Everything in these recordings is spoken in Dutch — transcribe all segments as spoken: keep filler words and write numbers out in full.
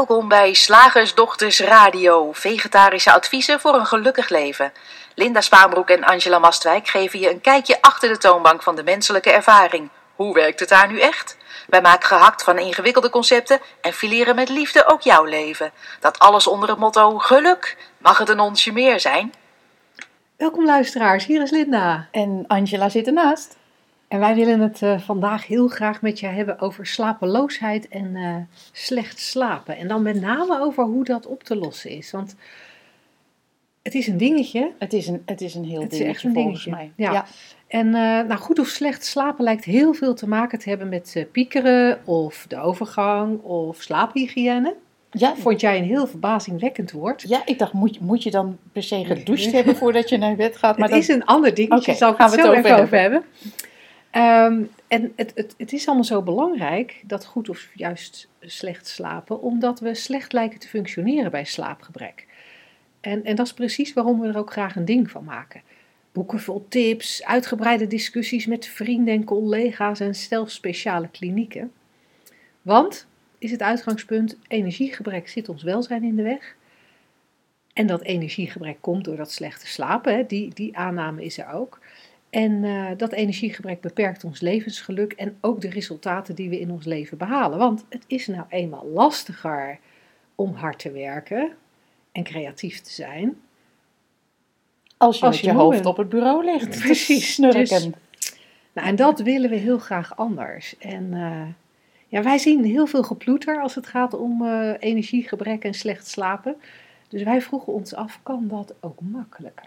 Welkom bij Slagersdochters Radio, vegetarische adviezen voor een gelukkig leven. Linda Spaanbroek en Angela Mastwijk geven je een kijkje achter de toonbank van de menselijke ervaring. Hoe werkt het daar nu echt? Wij maken gehakt van ingewikkelde concepten en fileren met liefde ook jouw leven. Dat alles onder het motto geluk. Mag het een onsje meer zijn? Welkom luisteraars, hier is Linda. En Angela zit ernaast. En wij willen het uh, vandaag heel graag met je hebben over slapeloosheid en uh, slecht slapen. En dan met name over hoe dat op te lossen is. Want het is een dingetje. Het is een, het is een heel het dingetje is echt een volgens dingetje. mij. Ja. Ja. En uh, nou, goed of slecht slapen lijkt heel veel te maken te hebben met uh, piekeren of de overgang of slaaphygiëne. Ja, Vond jij een heel verbazingwekkend woord? ja, ik dacht, moet, moet je dan per se gedoucht hebben voordat je naar bed gaat? Maar het dat... is een ander dingetje, Oké, zal ik gaan het we zo het even over over hebben. Um, en het, het, het is allemaal zo belangrijk, dat goed of juist slecht slapen, omdat we slecht lijken te functioneren bij slaapgebrek. En, en dat is precies waarom we er ook graag een ding van maken. Boeken vol tips, uitgebreide discussies met vrienden en collega's en zelfs speciale klinieken. Want, is het uitgangspunt, energiegebrek zit ons welzijn in de weg. En dat energiegebrek komt door dat slechte slapen, hè, die, die aanname is er ook. En uh, dat energiegebrek beperkt ons levensgeluk en ook de resultaten die we in ons leven behalen. Want het is nou eenmaal lastiger om hard te werken en creatief te zijn. Als je als met je je moe hoofd bent. op het bureau ligt. Precies. Snurken. Dus, nou, en dat willen we heel graag anders. En uh, ja, wij zien heel veel geploeter als het gaat om uh, energiegebrek en slecht slapen. Dus wij vroegen ons af, kan dat ook makkelijker?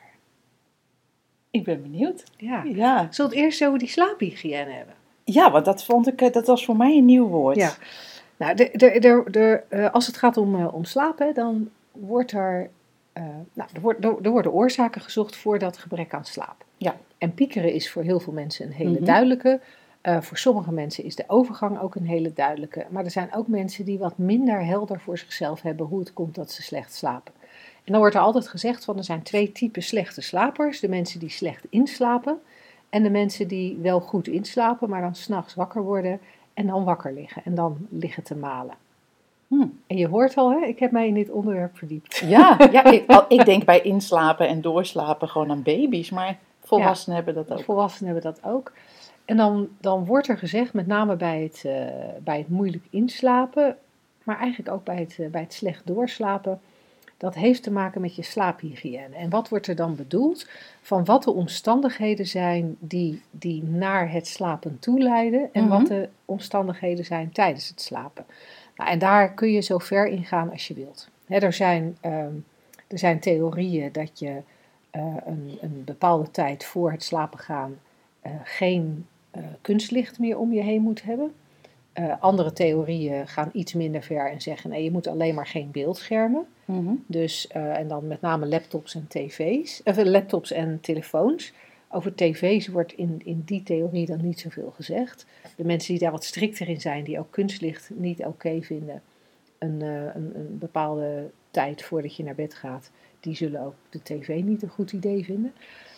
Ik ben benieuwd. Ja. Ja. Zullen we het eerst over die slaaphygiëne hebben? Ja, want dat vond ik, dat was voor mij een nieuw woord. Ja. Nou, de, de, de, de, uh, als het gaat om, uh, om slapen, dan wordt er, uh, nou, er, wordt, er, er worden oorzaken gezocht voor dat gebrek aan slaap. Ja. En piekeren is voor heel veel mensen een hele Mm-hmm. duidelijke. Uh, voor sommige mensen is de overgang ook een hele duidelijke. Maar er zijn ook mensen die wat minder helder voor zichzelf hebben hoe het komt dat ze slecht slapen. En dan wordt er altijd gezegd van er zijn twee typen slechte slapers. De mensen die slecht inslapen en de mensen die wel goed inslapen, maar dan 's nachts wakker worden en dan wakker liggen en dan liggen te malen. Hmm. En je hoort al, hè, ik heb mij in dit onderwerp verdiept. Ja, ja ik, al, ik denk bij inslapen en doorslapen gewoon aan baby's, maar volwassenen ja, hebben dat ook. Volwassenen hebben dat ook. En dan, dan wordt er gezegd, met name bij het, uh, bij het moeilijk inslapen, maar eigenlijk ook bij het, uh, bij het slecht doorslapen, dat heeft te maken met je slaaphygiëne. En wat wordt er dan bedoeld? Van wat de omstandigheden zijn die, die naar het slapen toeleiden en Mm-hmm. wat de omstandigheden zijn tijdens het slapen. Nou, en daar kun je zo ver in gaan als je wilt. He, er, zijn, um, er zijn theorieën dat je uh, een, een bepaalde tijd voor het slapen gaan uh, geen uh, kunstlicht meer om je heen moet hebben. Uh, andere theorieën gaan iets minder ver en zeggen nee, je moet alleen maar geen beeldschermen. Mm-hmm. Dus, uh, en dan met name laptops en tv's, of laptops en telefoons. Over tv's wordt in, in die theorie dan niet zoveel gezegd. De mensen die daar wat strikter in zijn, die ook kunstlicht niet oké okay vinden, een, uh, een, een bepaalde tijd voordat je naar bed gaat, die zullen ook de tv niet een goed idee vinden.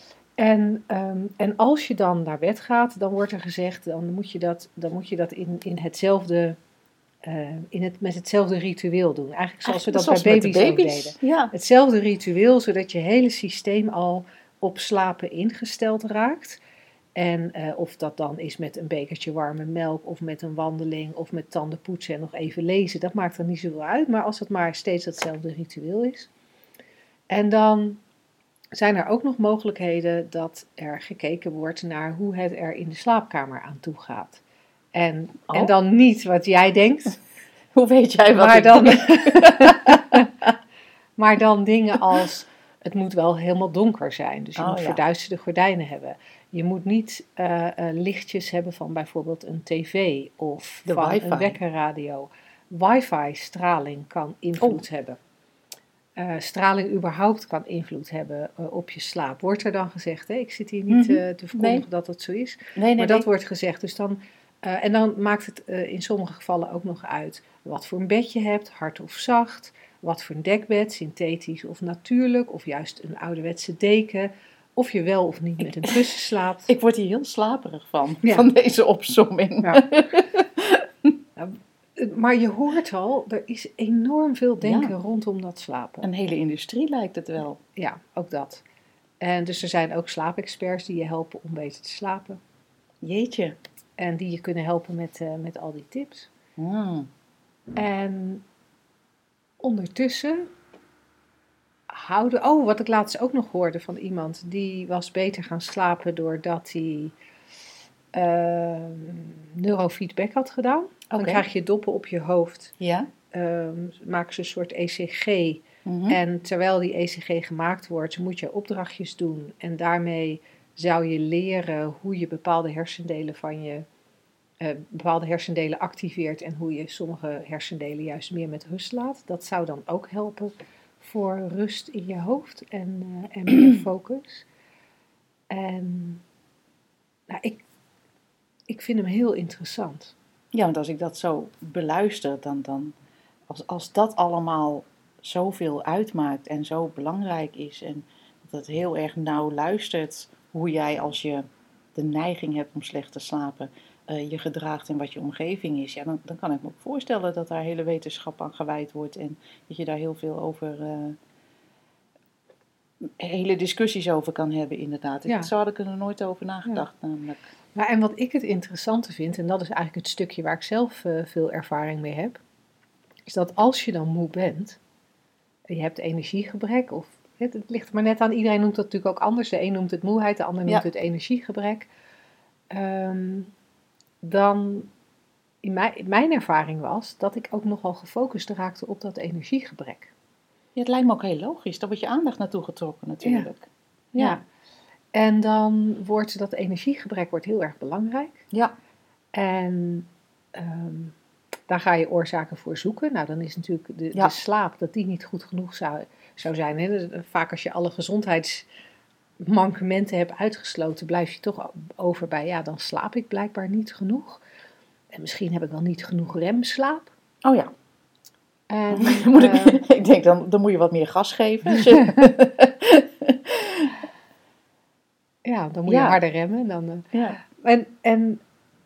En, um, en als je dan naar bed gaat, dan wordt er gezegd, dan moet je dat, dan moet je dat in, in hetzelfde... Uh, in het, met hetzelfde ritueel doen. Eigenlijk zoals we dat zoals bij baby's, baby's. ook deden. Ja. Hetzelfde ritueel, zodat je hele systeem al op slapen ingesteld raakt. En uh, of dat dan is met een bekertje warme melk, of met een wandeling, of met tanden poetsen en nog even lezen. Dat maakt er niet zoveel uit, maar als het maar steeds hetzelfde ritueel is. En dan zijn er ook nog mogelijkheden dat er gekeken wordt naar hoe het er in de slaapkamer aan toe gaat. En, oh. en dan niet wat jij denkt. Hoe weet jij wat maar ik dan, denk? Maar dan dingen als, het moet wel helemaal donker zijn. Dus je oh, moet ja. verduisterde gordijnen hebben. Je moet niet uh, uh, lichtjes hebben van bijvoorbeeld een tv of De van wifi. een wekkerradio. Wifi-straling kan invloed oh. hebben. Uh, straling überhaupt kan invloed hebben uh, op je slaap. Wordt er dan gezegd, hè? Ik zit hier niet uh, te verkondigen nee. dat het zo is. Nee, nee, maar dat nee. wordt gezegd. Dus dan, uh, en dan maakt het uh, in sommige gevallen ook nog uit wat voor een bed je hebt, hard of zacht. Wat voor een dekbed, synthetisch of natuurlijk. Of juist een ouderwetse deken. Of je wel of niet met een kussen slaapt. Ik word hier heel slaperig van, ja. van deze opsomming. Ja. Maar je hoort al, er is enorm veel denken Ja. rondom dat slapen. Een hele industrie lijkt het wel. Ja, ook dat. En dus er zijn ook slaapexperts die je helpen om beter te slapen. Jeetje. En die je kunnen helpen met, uh, met al die tips. Hmm. En ondertussen houden... Oh, wat ik laatst ook nog hoorde van iemand. Die was beter gaan slapen doordat hij uh, neurofeedback had gedaan. Dan Oké. krijg je doppen op je hoofd. Ja. Um, maken ze een soort E C G. Mm-hmm. En terwijl die E C G gemaakt wordt, moet je opdrachtjes doen. En daarmee zou je leren hoe je bepaalde hersendelen van je... Uh, bepaalde hersendelen activeert en hoe je sommige hersendelen juist meer met rust laat. Dat zou dan ook helpen voor rust in je hoofd en, uh, en meer focus. En nou, ik, ik vind hem heel interessant. Ja, want als ik dat zo beluister, dan, dan als, als dat allemaal zoveel uitmaakt en zo belangrijk is en dat het heel erg nauw luistert hoe jij als je de neiging hebt om slecht te slapen, uh, je gedraagt en wat je omgeving is, ja, dan, dan kan ik me ook voorstellen dat daar hele wetenschap aan gewijd wordt en dat je daar heel veel over, uh, hele discussies over kan hebben inderdaad. Ja. Zo had ik er nog nooit over nagedacht ja. namelijk. Nou, en wat ik het interessante vind, en dat is eigenlijk het stukje waar ik zelf uh, veel ervaring mee heb, is dat als je dan moe bent, en je hebt energiegebrek, of het, het ligt maar net aan, iedereen noemt dat natuurlijk ook anders. De een noemt het moeheid, de ander noemt ja. het energiegebrek. Um, dan, in mijn, mijn ervaring was dat ik ook nogal gefocust raakte op dat energiegebrek. Ja, het lijkt me ook heel logisch, daar wordt je aandacht naartoe getrokken natuurlijk. Ja. ja. En dan wordt dat energiegebrek wordt heel erg belangrijk. Ja. En um, daar ga je oorzaken voor zoeken. Nou, dan is natuurlijk de, ja. de slaap, dat die niet goed genoeg zou, zou zijn. Hè? Dus vaak als je alle gezondheidsmankementen hebt uitgesloten, blijf je toch over bij, ja, dan slaap ik blijkbaar niet genoeg. En misschien heb ik wel niet genoeg remslaap. Oh ja. En, moet uh, ik, ik denk, dan, dan moet je wat meer gas geven. Ja, dan moet je ja. harder remmen. Dan, uh, ja. en, en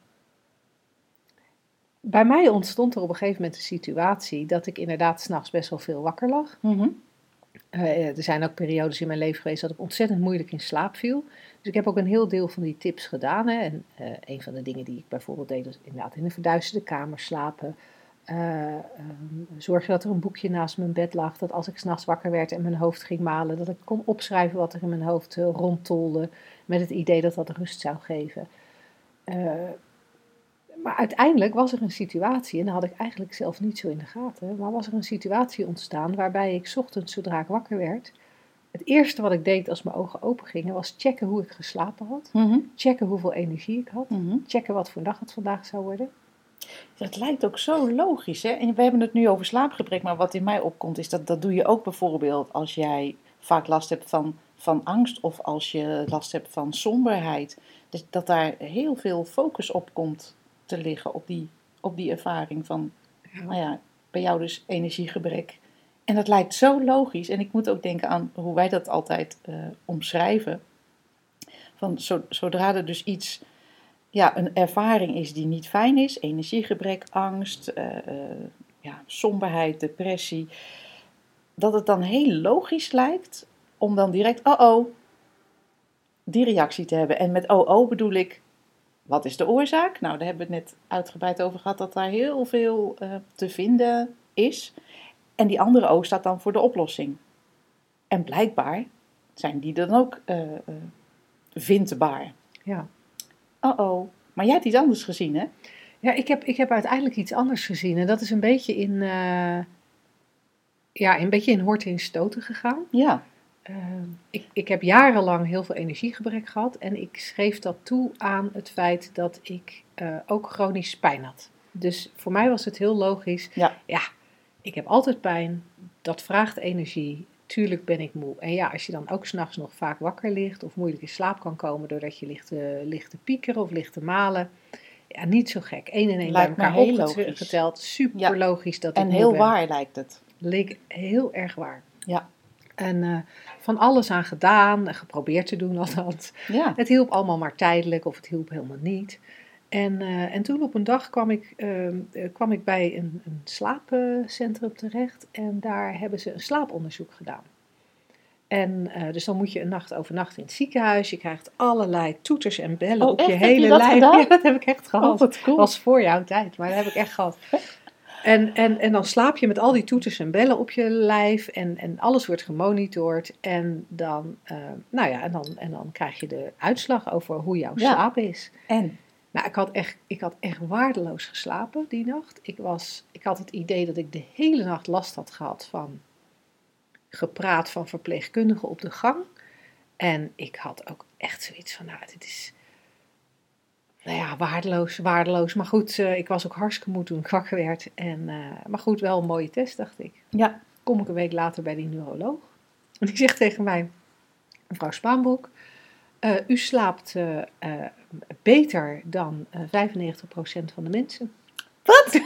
bij mij ontstond er op een gegeven moment een situatie dat ik inderdaad 's nachts best wel veel wakker lag. Mm-hmm. Uh, er zijn ook periodes in mijn leven geweest dat ik ontzettend moeilijk in slaap viel. Dus ik heb ook een heel deel van die tips gedaan. Hè. En uh, een van de dingen die ik bijvoorbeeld deed, was inderdaad in een verduisterde kamer slapen. Uh, um, zorg dat er een boekje naast mijn bed lag, dat als ik 's nachts wakker werd en mijn hoofd ging malen, dat ik kon opschrijven wat er in mijn hoofd uh, rondtolde, met het idee dat dat rust zou geven. Uh, maar uiteindelijk was er een situatie, en dat had ik eigenlijk zelf niet zo in de gaten, maar was er een situatie ontstaan waarbij ik 's ochtends, zodra ik wakker werd, het eerste wat ik deed als mijn ogen open gingen, was checken hoe ik geslapen had, Mm-hmm. checken hoeveel energie ik had, Mm-hmm. checken wat voor dag het vandaag zou worden. Het lijkt ook zo logisch, hè? En we hebben het nu over slaapgebrek, maar wat in mij opkomt is dat dat doe je ook bijvoorbeeld als jij vaak last hebt van, van angst of als je last hebt van somberheid. Dus dat daar heel veel focus op komt te liggen, op die, op die ervaring van, Ja. nou ja, bij jou dus energiegebrek. En dat lijkt zo logisch. En ik moet ook denken aan hoe wij dat altijd uh, omschrijven. Van zodra er dus iets... Ja, een ervaring is die niet fijn is, energiegebrek, angst, uh, uh, ja, somberheid, depressie, dat het dan heel logisch lijkt om dan direct, oh oh, die reactie te hebben. En met oh oh bedoel ik, wat is de oorzaak? Nou, daar hebben we het net uitgebreid over gehad, dat daar heel veel uh, te vinden is. En die andere O staat dan voor de oplossing. En blijkbaar zijn die dan ook uh, uh, vindbaar. Ja. Oh-oh, maar jij hebt iets anders gezien, hè? Ja, ik heb, ik heb uiteindelijk iets anders gezien. En dat is een beetje in, uh, ja, een beetje in horten en stoten gegaan. Ja. Uh, ik, ik heb jarenlang heel veel energiegebrek gehad. En ik schreef dat toe aan het feit dat ik uh, ook chronisch pijn had. Dus voor mij was het heel logisch. Ja. Ja, ik heb altijd pijn. Dat vraagt energie. Tuurlijk ben ik moe. En ja, als je dan ook 's nachts nog vaak wakker ligt of moeilijk in slaap kan komen doordat je ligt te, ligt te piekeren of ligt te malen. Ja, niet zo gek. Eén en één bij elkaar opgeteld. Super ja. logisch dat ik En heel ben. waar lijkt het. Leek heel erg waar. Ja. En uh, van alles aan gedaan, geprobeerd te doen althans. Ja. Het hielp allemaal maar tijdelijk of het hielp helemaal niet. En, uh, en toen op een dag kwam ik, uh, kwam ik bij een, een slaapcentrum terecht en daar hebben ze een slaaponderzoek gedaan. En uh, dus dan moet je een nacht overnachten in het ziekenhuis. Je krijgt allerlei toeters en bellen oh, op echt? je hele heb je dat lijf. Gedaan? Ja, dat heb ik echt gehad. Oh, wat cool. Dat was voor jouw tijd, maar dat heb ik echt gehad. En, en, en dan slaap je met al die toeters en bellen op je lijf en, en alles wordt gemonitord. En dan, uh, nou ja, en, dan, en dan krijg je de uitslag over hoe jouw Ja. slaap is. En? Nou, ik had, echt, ik had echt waardeloos geslapen die nacht. Ik, was, ik had het idee dat ik de hele nacht last had gehad van gepraat van verpleegkundigen op de gang. En ik had ook echt zoiets van, nou, dit is, nou ja, waardeloos, waardeloos. Maar goed, uh, ik was ook hartstikke moe toen ik wakker werd. En, uh, maar goed, wel een mooie test, dacht ik. Ja. Kom ik een week later bij die neuroloog. En die zegt tegen mij, mevrouw Spaanbroek, uh, u slaapt uh, uh, beter dan uh, vijfennegentig procent van de mensen. Wat?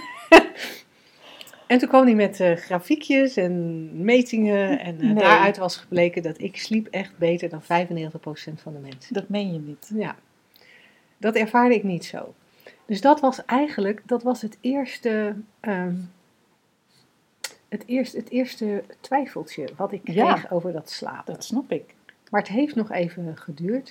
En toen kwam hij met uh, grafiekjes en metingen. En uh, nee. daaruit was gebleken dat ik sliep echt beter dan vijfennegentig procent van de mensen. Dat meen je niet. Ja, dat ervaarde ik niet zo. Dus dat was eigenlijk, dat was het eerste, um, het eerste, het eerste twijfeltje wat ik kreeg ja, over dat slapen. Dat snap ik. Maar het heeft nog even geduurd.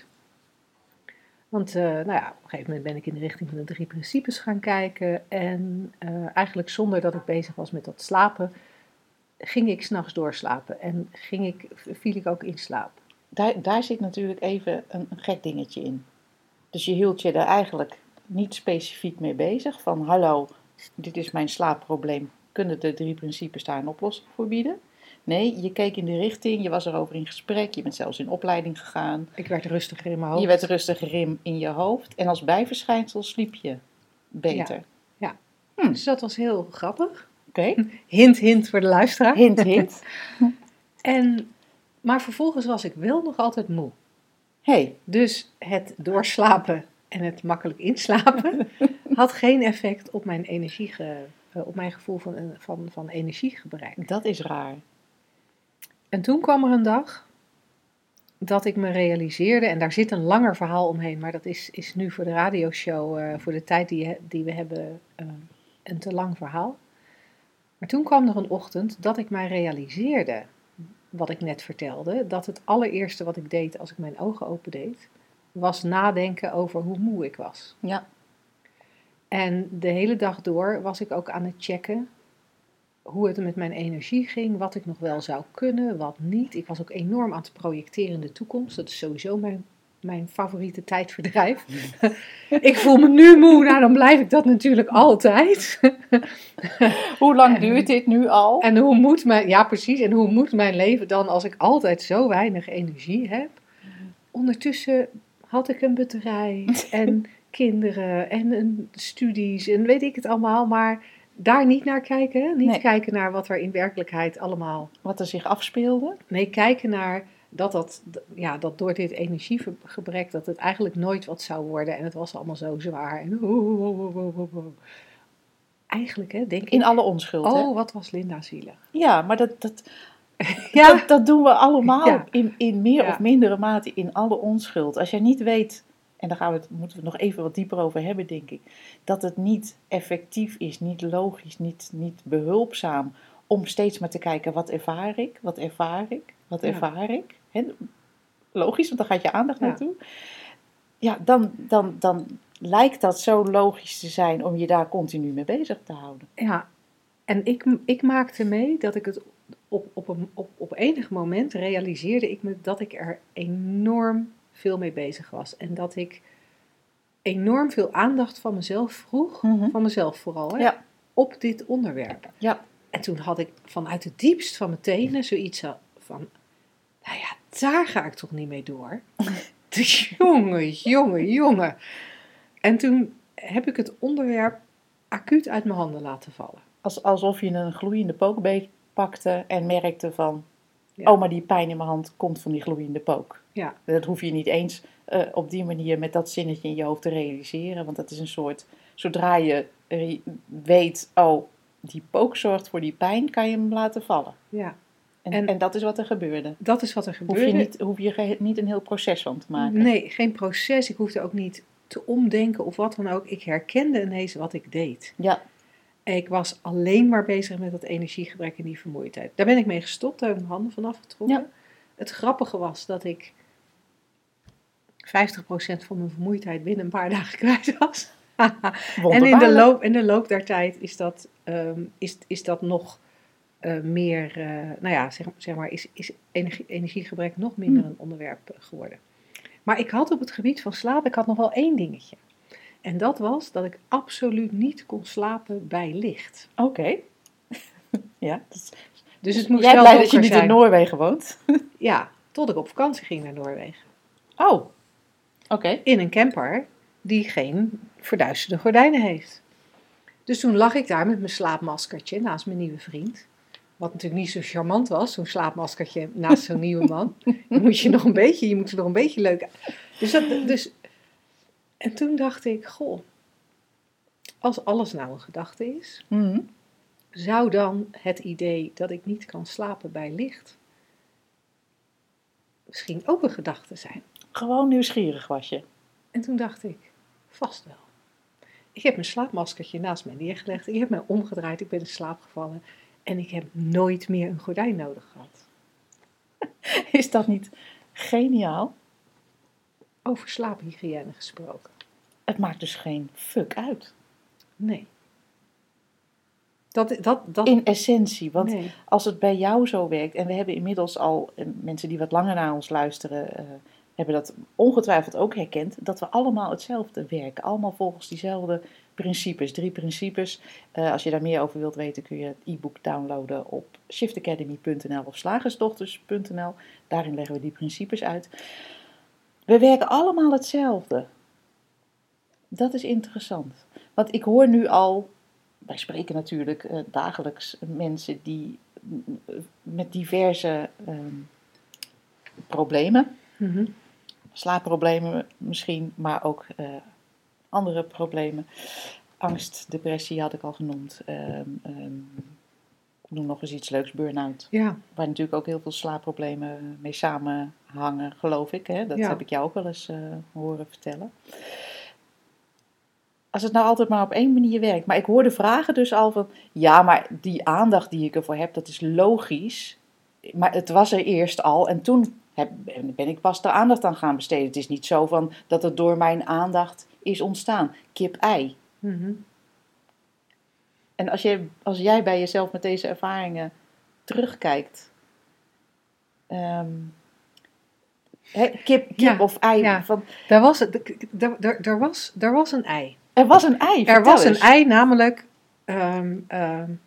Want uh, nou ja, op een gegeven moment ben ik in de richting van de drie principes gaan kijken. En uh, eigenlijk zonder dat ik bezig was met dat slapen, ging ik 's nachts doorslapen. En ging ik, viel ik ook in slaap. Daar, daar zit natuurlijk even een, een gek dingetje in. Dus je hield je er eigenlijk niet specifiek mee bezig. Van hallo, dit is mijn slaapprobleem. Kunnen de drie principes daar een oplossing voor bieden? Nee, je keek in de richting, je was erover in gesprek, je bent zelfs in opleiding gegaan. Ik werd rustiger in mijn hoofd. Je werd rustiger in, in je hoofd en als bijverschijnsel sliep je beter. Ja, ja. Hm. Dus dat was heel grappig. Oké. Okay. Hint, hint voor de luisteraar. Hint, hint. en, maar vervolgens was ik wel nog altijd moe. Hey. Dus het doorslapen en het makkelijk inslapen had geen effect op mijn energie, op mijn gevoel van, van, van energiegebrek. Dat is raar. En toen kwam er een dag dat ik me realiseerde, en daar zit een langer verhaal omheen, maar dat is, is nu voor de radioshow, uh, voor de tijd die, die we hebben, uh, een te lang verhaal. Maar toen kwam er een ochtend dat ik mij realiseerde, wat ik net vertelde, dat het allereerste wat ik deed als ik mijn ogen opendeed, was nadenken over hoe moe ik was. Ja. En de hele dag door was ik ook aan het checken hoe het met mijn energie ging, wat ik nog wel zou kunnen, wat niet. Ik was ook enorm aan het projecteren in de toekomst. Dat is sowieso mijn, mijn favoriete tijdverdrijf. Ik voel me nu moe, nou dan blijf ik dat natuurlijk altijd. Hoe lang en, duurt dit nu al? En hoe moet mijn, ja precies, en hoe moet mijn leven dan als ik altijd zo weinig energie heb? Ondertussen had ik een bedrijf en kinderen en een studies en weet ik het allemaal, maar daar niet naar kijken. Niet nee. kijken naar wat er in werkelijkheid allemaal... Wat er zich afspeelde. Nee, kijken naar dat, dat, ja, dat door dit energiegebrek, dat het eigenlijk nooit wat zou worden. En het was allemaal zo zwaar. En oh, oh, oh, oh, oh. Eigenlijk, hè, denk ik... In alle onschuld, Oh, hè? wat was Linda zielig. Ja, maar dat... dat... ja. dat, dat doen we allemaal ja. in, in meer ja. of mindere mate in alle onschuld. Als jij niet weet... En daar gaan we het, moeten we het nog even wat dieper over hebben, denk ik. Dat het niet effectief is, niet logisch, niet, niet behulpzaam. Om steeds maar te kijken, wat ervaar ik? Wat ervaar ik? Wat ja. ervaar ik? He, logisch, want dan gaat je aandacht ja. naartoe. Ja, dan, dan, dan lijkt dat zo logisch te zijn om je daar continu mee bezig te houden. Ja, en ik, ik maakte mee dat ik het op, op, een, op, op enig moment realiseerde ik me dat ik er enorm veel mee bezig was. En dat ik enorm veel aandacht van mezelf vroeg, mm-hmm. van mezelf vooral, hè, ja. op dit onderwerp. Ja. En toen had ik vanuit het diepst van mijn tenen zoiets van, nou ja, daar ga ik toch niet mee door. Dus jongen, jongen, jongen. En toen heb ik het onderwerp acuut uit mijn handen laten vallen. Als, alsof je een gloeiende pookbeet pakte en merkte van... Ja. Oh, maar die pijn in mijn hand komt van die gloeiende pook. Ja. Dat hoef je niet eens uh, op die manier met dat zinnetje in je hoofd te realiseren. Want dat is een soort... Zodra je re- weet, oh, die pook zorgt voor die pijn, kan je hem laten vallen. Ja. En, en, en dat is wat er gebeurde. Dat is wat er gebeurde. Hoef je niet, hoef je ge- niet een heel proces van te maken. Nee, geen proces. Ik hoefde ook niet te omdenken of wat dan ook. Ik herkende ineens wat ik deed. Ja. Ik was alleen maar bezig met dat energiegebrek en die vermoeidheid. Daar ben ik mee gestopt, daar heb ik mijn handen van afgetrokken. Ja. Het grappige was dat ik vijftig procent van mijn vermoeidheid binnen een paar dagen kwijt was. En in de, loop, in de loop der tijd is dat, um, is, is dat nog uh, meer, uh, nou ja, zeg, zeg maar, is, is energie, energiegebrek nog minder Hmm. een onderwerp geworden. Maar ik had op het gebied van slaap, ik had nog wel één dingetje. En dat was dat ik absoluut niet kon slapen bij licht. Oké. Okay. Ja. Dus, dus het moest jij wel blij donker dat je niet zijn. in Noorwegen woont? Ja, tot ik op vakantie ging naar Noorwegen. Oh, oké. Okay. In een camper die geen verduisterde gordijnen heeft. Dus toen lag ik daar met mijn slaapmaskertje naast mijn nieuwe vriend. Wat natuurlijk niet zo charmant was, zo'n slaapmaskertje naast zo'n nieuwe man. Dan moet je nog een beetje, je moet er nog een beetje leuk... Dus dat, dus... En toen dacht ik, goh, als alles nou een gedachte is, Mm-hmm. zou dan het idee dat ik niet kan slapen bij licht misschien ook een gedachte zijn? Gewoon nieuwsgierig was je. En toen dacht ik, vast wel. Ik heb mijn slaapmaskertje naast mij neergelegd, ik heb mij omgedraaid, ik ben in slaap gevallen en ik heb nooit meer een gordijn nodig gehad. Is dat niet geniaal? Over slaaphygiëne gesproken. Het maakt dus geen fuck uit. Nee. Dat, dat, dat... In essentie, want nee. Als het bij jou zo werkt, en we hebben inmiddels al, mensen die wat langer naar ons luisteren, uh, hebben dat ongetwijfeld ook herkend, dat we allemaal hetzelfde werken. Allemaal volgens diezelfde principes, drie principes. Uh, als je daar meer over wilt weten, kun je het e-book downloaden op shift academy punt n l of slagersdochters punt n l. Daarin leggen we die principes uit. We werken allemaal hetzelfde. Dat is interessant. Want ik hoor nu al, wij spreken natuurlijk uh, dagelijks mensen die uh, met diverse uh, problemen, Mm-hmm. slaapproblemen misschien, maar ook uh, andere problemen. Angst, depressie had ik al genoemd. Um, um, ik noem nog eens iets leuks, burn-out. Ja. Waar natuurlijk ook heel veel slaapproblemen mee samenhangen, geloof ik. Hè? Dat ja. heb ik jou ook wel eens uh, horen vertellen. Als het nou altijd maar op één manier werkt. Maar ik hoor de vragen dus al van, ja, maar die aandacht die ik ervoor heb, dat is logisch. Maar het was er eerst al en toen heb, ben ik pas de aandacht aan gaan besteden. Het is niet zo van dat het door mijn aandacht is ontstaan. Kip-ei. Mm-hmm. En als jij, als jij bij jezelf met deze ervaringen terugkijkt. Um, he, kip, kip ja, of ei. Ja. Van, daar, was, daar, daar, daar, was, daar was een ei. Er was een ei. Er was eens. een ei, namelijk um, um,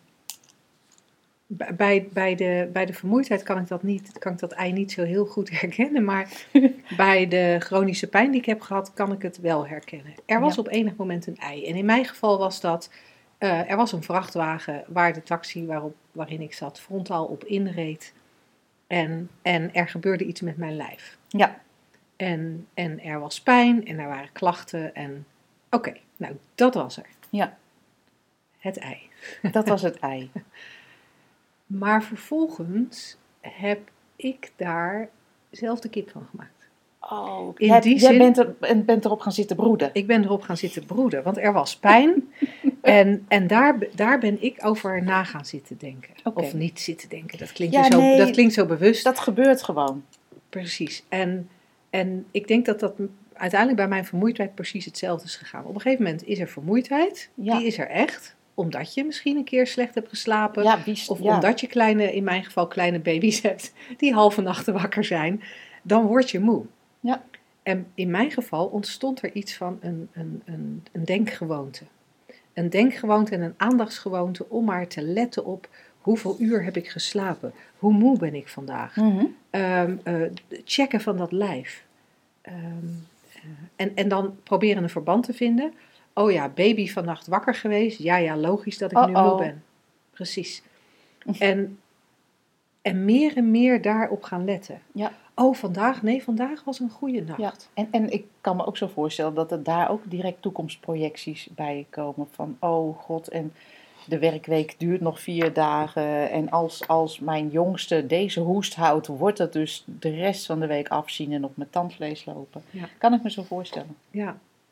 bij, bij, de, bij de vermoeidheid kan ik, dat niet, kan ik dat ei niet zo heel goed herkennen. Maar bij de chronische pijn die ik heb gehad, kan ik het wel herkennen. Er was ja. op enig moment een ei. En in mijn geval was dat, uh, er was een vrachtwagen waar de taxi waarop, waarin ik zat frontaal op inreed. En, en er gebeurde iets met mijn lijf. Ja. En, en er was pijn en er waren klachten. En oké, okay, nou dat was er. Ja. Het ei. Dat was het ei. Maar vervolgens heb ik daar zelf de kip van gemaakt. Oh, in jij, die jij zin, bent, er, bent erop gaan zitten broeden. Ik ben erop gaan zitten broeden, want er was pijn. en en daar, daar ben ik over na gaan zitten denken. Okay. Of niet zitten denken, dat klinkt, ja, zo, nee, dat klinkt zo bewust. Dat gebeurt gewoon. Precies. En, en ik denk dat dat uiteindelijk bij mijn vermoeidheid precies hetzelfde is gegaan. Op een gegeven moment is er vermoeidheid, ja. Die is er echt. Omdat je misschien een keer slecht hebt geslapen. Ja, wie, of ja. omdat je kleine, in mijn geval kleine baby's hebt die halve nachten wakker zijn. Dan word je moe. Ja. En in mijn geval ontstond er iets van een, een, een, een denkgewoonte. Een denkgewoonte en een aandachtsgewoonte om maar te letten op hoeveel uur heb ik geslapen. Hoe moe ben ik vandaag. Mm-hmm. Um, uh, checken van dat lijf. Um, uh, en, en dan proberen een verband te vinden. Oh ja, baby vannacht wakker geweest. Ja, ja, logisch dat ik Uh-oh. nu moe ben. Precies. En, en meer en meer daarop gaan letten. Ja. Oh, vandaag? Nee, vandaag was een goede nacht. Ja. En, en ik kan me ook zo voorstellen dat er daar ook direct toekomstprojecties bij komen. Van, oh god, en de werkweek duurt nog vier dagen. En als, als mijn jongste deze hoest houdt, wordt het dus de rest van de week afzien en op mijn tandvlees lopen. Ja. Kan ik me zo voorstellen. Ja.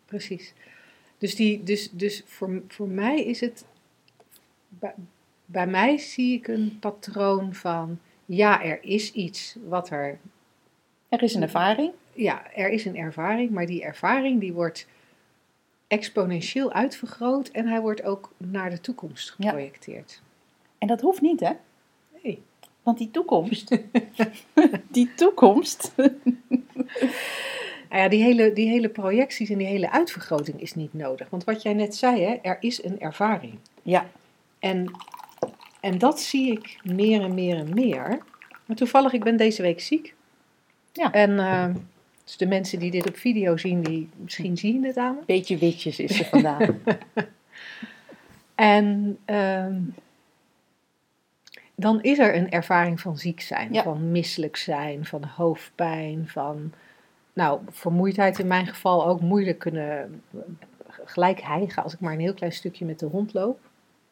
precies. Dus, die, dus, dus voor, voor mij is het, bij, bij mij zie ik een patroon van, ja, er is iets wat er, Er is een ervaring. ja, er is een ervaring, maar die ervaring die wordt exponentieel uitvergroot en hij wordt ook naar de toekomst geprojecteerd. En dat hoeft niet, hè? Nee. Want die toekomst, die toekomst... Nou ja, die hele, die hele projecties en die hele uitvergroting is niet nodig. Want wat jij net zei, hè, er is een ervaring. Ja. En, en dat zie ik meer en meer en meer. Maar toevallig, ik ben deze week ziek. Ja. En uh, dus de mensen die dit op video zien, die misschien zien het aan me. Beetje witjes is er vandaag. En uh, dan is er een ervaring van ziek zijn, Ja. van misselijk zijn, van hoofdpijn, van... Nou, vermoeidheid in mijn geval ook moeilijk kunnen gelijk hijgen als ik maar een heel klein stukje met de hond loop.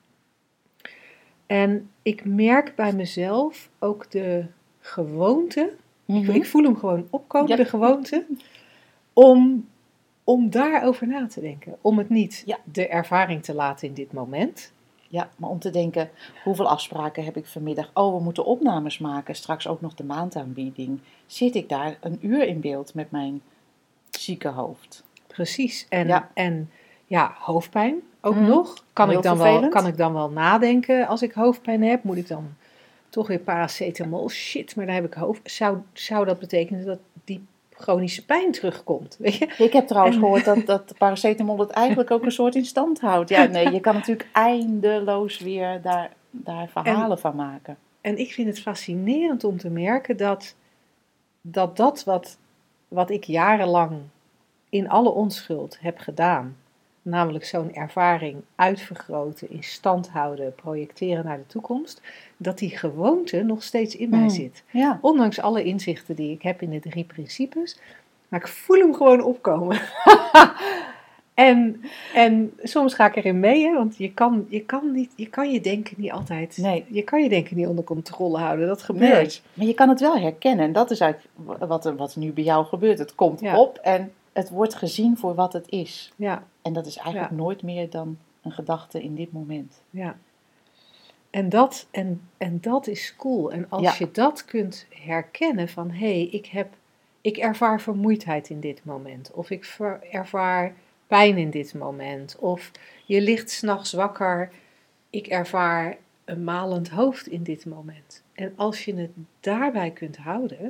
En ik merk bij mezelf ook de gewoonte, Mm-hmm. ik voel hem gewoon opkomen, Ja. de gewoonte, om, om daarover na te denken. Om het niet Ja. de ervaring te laten in dit moment. Ja, maar om te denken, hoeveel afspraken heb ik vanmiddag? Oh, we moeten opnames maken, straks ook nog de maandaanbieding. Zit ik daar een uur in beeld met mijn zieke hoofd? Precies. En Ja. ja, en, ja hoofdpijn ook Mm. nog. Kan Heel ik, dan wel, vervelend. kan ik dan wel nadenken als ik hoofdpijn heb? Moet ik dan toch weer paracetamol? Shit, maar dan heb ik hoofd... Zou, zou dat betekenen dat die chronische pijn terugkomt? Weet je? Ik heb trouwens En- gehoord dat, dat paracetamol het eigenlijk ook een soort in stand houdt. Ja, nee, je kan natuurlijk eindeloos weer daar, daar verhalen van maken. En ik vind het fascinerend om te merken dat dat, dat wat, wat ik jarenlang in alle onschuld heb gedaan, namelijk zo'n ervaring uitvergroten, in stand houden, projecteren naar de toekomst, dat die gewoonte nog steeds in mij Mm. zit. Ja, Ondanks alle inzichten die ik heb in de drie principes, maar ik voel hem gewoon opkomen. en, en soms ga ik erin mee, hè, want je kan, je, kan niet, je kan je denken niet altijd, Nee. je kan je denken niet onder controle houden. Dat gebeurt. nee. Maar je kan het wel herkennen. En dat is eigenlijk wat er, wat er nu bij jou gebeurt. Het komt Ja. op en het wordt gezien voor wat het is. Ja, En dat is eigenlijk Ja. nooit meer dan een gedachte in dit moment. ja. En dat, en, en dat is cool. En als Ja. je dat kunt herkennen van, hé, hey, ik heb, ik ervaar vermoeidheid in dit moment. Of ik ver- ervaar pijn in dit moment. Of je ligt 's nachts wakker, ik ervaar een malend hoofd in dit moment. En als je het daarbij kunt houden,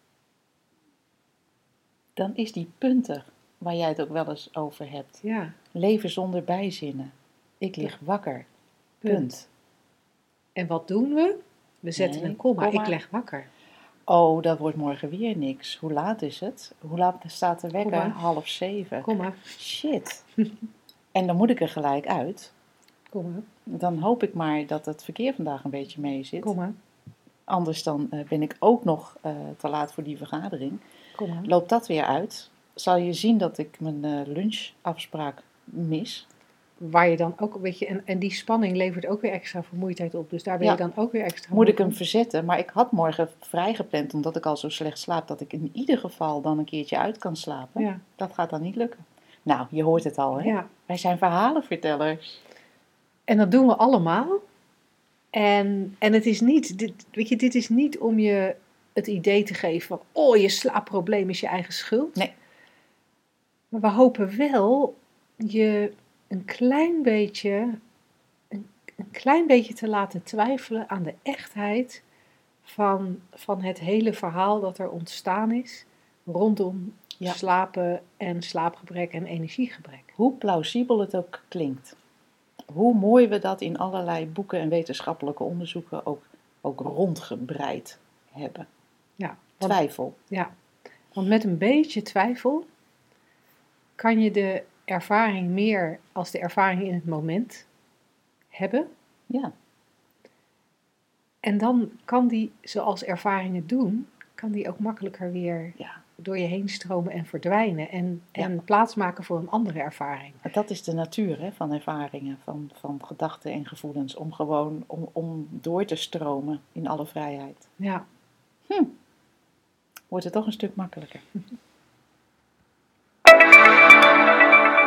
Dan is die punter waar jij het ook wel eens over hebt. ja, Leven zonder bijzinnen. Ik lig wakker. punt. Punt. En wat doen we? We zetten Nee, een komma, komma. ik leg wakker. Oh, dat wordt morgen weer niks. Hoe laat is het? Hoe laat staat de wekker? Komma. Half zeven. Komma, Shit. En dan moet ik er gelijk uit. komma, Dan hoop ik maar dat het verkeer vandaag een beetje mee zit. komma, Anders dan eh, ben ik ook nog eh, te laat voor die vergadering. komma. Loopt dat weer uit, zal je zien dat ik mijn eh, lunchafspraak mis. Waar je dan ook, weet je, en, en die spanning levert ook weer extra vermoeidheid op. Dus daar ben Ja. je dan ook weer extra Moet ik moe hem verzetten, maar ik had morgen vrijgepland omdat ik al zo slecht slaap dat ik in ieder geval dan een keertje uit kan slapen. van. Ja, Dat gaat dan niet lukken. Nou, je hoort het al, hè? ja. Wij zijn verhalenvertellers. En dat doen we allemaal. En, en het is niet, dit, weet je, dit is niet om je het idee te geven van, oh, je slaapprobleem is je eigen schuld. Nee. Maar we hopen wel je een klein beetje, een, een klein beetje te laten twijfelen aan de echtheid van, van het hele verhaal dat er ontstaan is rondom Ja. slapen en slaapgebrek en energiegebrek. Hoe plausibel het ook klinkt. Hoe mooi we dat in allerlei boeken en wetenschappelijke onderzoeken ook, ook rondgebreid hebben. Ja, want, Twijfel. ja, want met een beetje twijfel kan je de ervaring meer als de ervaring in het moment hebben. Ja. En dan kan die, zoals ervaringen doen, kan die ook makkelijker weer Ja. door je heen stromen en verdwijnen. En, Ja. en plaatsmaken voor een andere ervaring. Dat is de natuur hè, van ervaringen, van, van gedachten en gevoelens. Om gewoon om, om door te stromen in alle vrijheid. Ja, Wordt het toch een stuk makkelijker.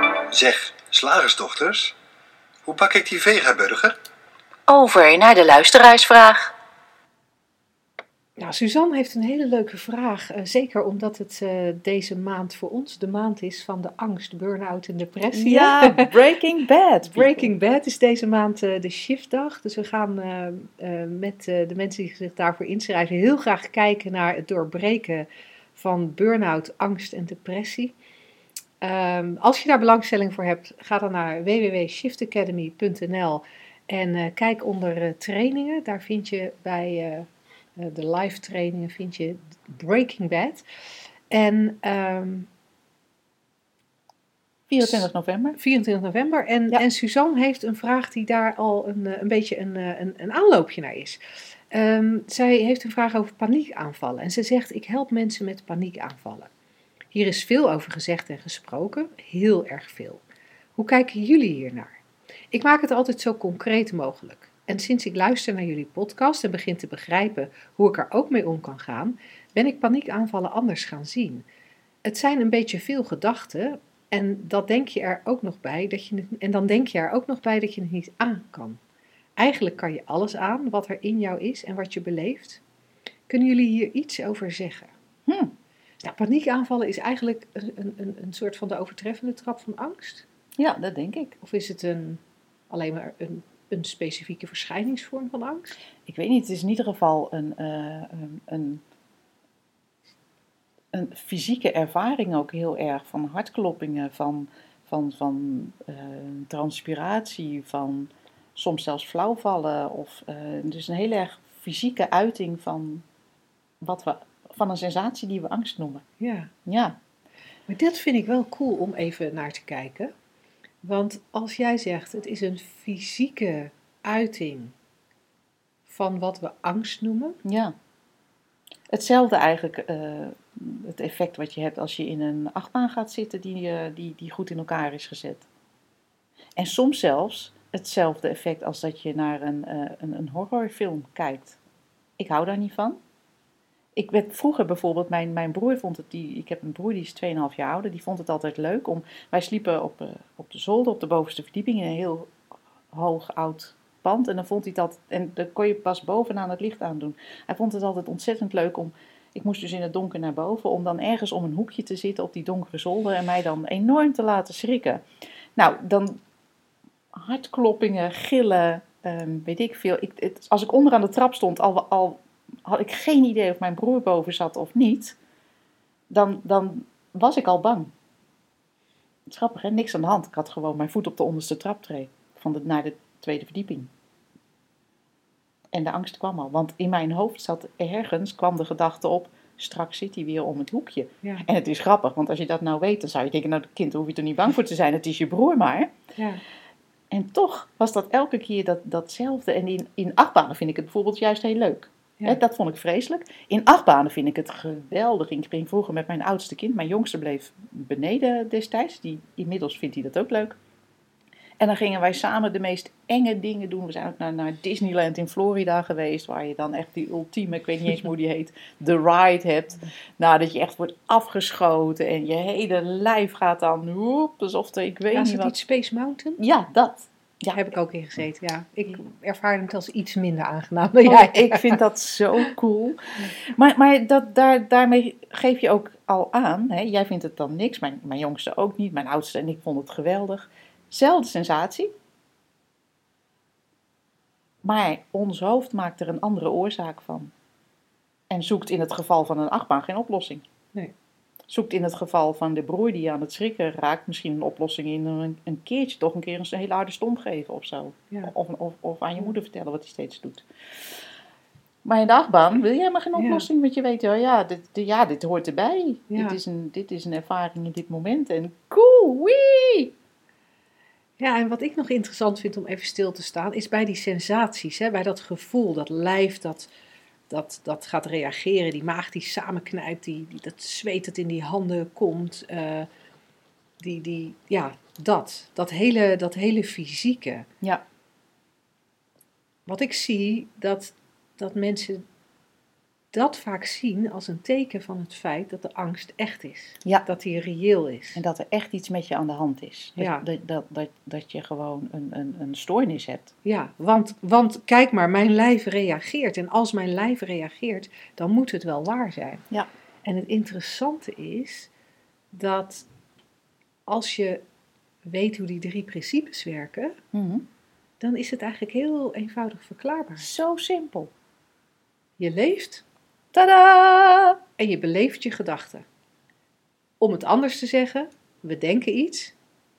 Zeg, slagersdochters, hoe bak ik die vegaburger? Over naar de luisteraarsvraag. Nou, Suzanne heeft een hele leuke vraag. Uh, zeker omdat het uh, deze maand voor ons de maand is van de angst, burn-out en depressie. Ja, Breaking Bad. Breaking Bad is deze maand uh, de shiftdag. Dus we gaan uh, uh, met uh, de mensen die zich daarvoor inschrijven heel graag kijken naar het doorbreken van burn-out, angst en depressie. Um, als je daar belangstelling voor hebt, ga dan naar w w w punt shift academy punt n l en uh, kijk onder uh, trainingen. Daar vind je bij... Uh, Uh, de live trainingen vind je Breaking Bad. En um, vierentwintig november. vierentwintig november. En, ja. en Suzanne heeft een vraag die daar al een, een beetje een, een, een aanloopje naar is. Um, zij heeft een vraag over paniekaanvallen. En ze zegt, ik help mensen met paniekaanvallen. Hier is veel over gezegd en gesproken. Heel erg veel. Hoe kijken jullie hiernaar? Ik maak het altijd zo concreet mogelijk. En sinds ik luister naar jullie podcast en begin te begrijpen hoe ik er ook mee om kan gaan, ben ik paniekaanvallen anders gaan zien. Het zijn een beetje veel gedachten en, dat denk je er ook nog bij dat je het, en dan denk je er ook nog bij dat je het niet aan kan. Eigenlijk kan je alles aan wat er in jou is en wat je beleeft. Kunnen jullie hier iets over zeggen? Hm. Nou, paniekaanvallen is eigenlijk een, een, een soort van de overtreffende trap van angst. Ja, dat denk ik. Of is het een, alleen maar een... een specifieke verschijningsvorm van angst? Ik weet niet, het is in ieder geval een, uh, een, een, een fysieke ervaring ook heel erg. Van hartkloppingen, van, van, van uh, transpiratie, van soms zelfs flauwvallen. Of, uh, dus een heel erg fysieke uiting van, wat we, van een sensatie die we angst noemen. Ja. Ja. Maar dat vind ik wel cool om even naar te kijken. Want als jij zegt, het is een fysieke uiting van wat we angst noemen. Ja. Hetzelfde eigenlijk, uh, het effect wat je hebt als je in een achtbaan gaat zitten die, uh, die, die goed in elkaar is gezet. En soms zelfs hetzelfde effect als dat je naar een, uh, een, een horrorfilm kijkt. Ik hou daar niet van. Ik werd vroeger bijvoorbeeld, mijn, mijn broer vond het, die, ik heb een broer die is twee komma vijf jaar ouder, die vond het altijd leuk om, wij sliepen op, uh, op de zolder, op de bovenste verdieping in een heel hoog oud pand en dan vond hij dat, en dan kon je pas bovenaan het licht aandoen. Hij vond het altijd ontzettend leuk om, ik moest dus in het donker naar boven, om dan ergens om een hoekje te zitten op die donkere zolder en mij dan enorm te laten schrikken. Nou, dan hartkloppingen, gillen, um, weet ik veel. Ik, het, als ik onderaan de trap stond, al, al had ik geen idee of mijn broer boven zat of niet, dan, dan was ik al bang. Het is grappig, hè? Niks aan de hand. Ik had gewoon mijn voet op de onderste traptree van de, naar de tweede verdieping. En de angst kwam al, want in mijn hoofd zat ergens, kwam de gedachte op, straks zit hij weer om het hoekje. Ja. En het is grappig, want als je dat nou weet, dan zou je denken, nou kind, daar hoef je er niet bang voor te zijn, het is je broer maar. Ja. En toch was dat elke keer dat, datzelfde. En in, in achtbanen vind ik het bijvoorbeeld juist heel leuk. Ja. He, dat vond ik vreselijk. In achtbanen vind ik het geweldig. Ik ging vroeger met mijn oudste kind. Mijn jongste bleef beneden destijds. Die, inmiddels vindt hij dat ook leuk. En dan gingen wij samen de meest enge dingen doen. We zijn ook naar, naar Disneyland in Florida geweest. Waar je dan echt die ultieme, ik weet niet eens hoe die heet, de ride hebt. Nou, dat je echt wordt afgeschoten. En je hele lijf gaat dan, woep, alsof er, ik weet Ja, is niet het wat. niet Space Mountain? Ja, dat. Ja. Daar heb ik ook in gezeten, ja. Ik ervaar het als iets minder aangenaam dan Oh, jij. ik vind dat zo cool. Maar, maar dat, daar, daarmee geef je ook al aan. Hè? Jij vindt het dan niks, mijn, mijn jongste ook niet. Mijn oudste en ik vonden het geweldig. Zelfde sensatie. Maar ons hoofd maakt er een andere oorzaak van. En zoekt in het geval van een achtbaan geen oplossing. Nee. Zoekt in het geval van de broer die aan het schrikken raakt misschien een oplossing in een, een keertje toch een keer een hele harde stomp geven of zo. Ja. Of, of, of aan je moeder vertellen wat hij steeds doet. Maar in de achtbaan wil je helemaal geen oplossing, ja. Want je weet, ja, ja, dit, ja, dit hoort erbij. Ja. Dit, is een, dit is een ervaring in dit moment en cool, wee! Ja, en wat ik nog interessant vind om even stil te staan, is bij die sensaties, hè, bij dat gevoel, dat lijf dat, dat, dat gaat reageren, die maag die samenknijpt, die, die, dat zweet dat in die handen komt, uh, die, die, ja, dat, dat hele, dat hele fysieke. Ja. Wat ik zie, dat, dat mensen dat vaak zien als een teken van het feit dat de angst echt is. Ja. Dat die reëel is. En dat er echt iets met je aan de hand is. Dat, Ja. dat, dat, dat, dat je gewoon een, een, een stoornis hebt. Ja, want, want kijk maar, mijn lijf reageert. En als mijn lijf reageert, dan moet het wel waar zijn. Ja. En het interessante is dat als je weet hoe die drie principes werken, Mm-hmm. dan is het eigenlijk heel eenvoudig verklaarbaar. Zo simpel. Je leeft Tadaa! en je beleeft je gedachten. Om het anders te zeggen, we denken iets,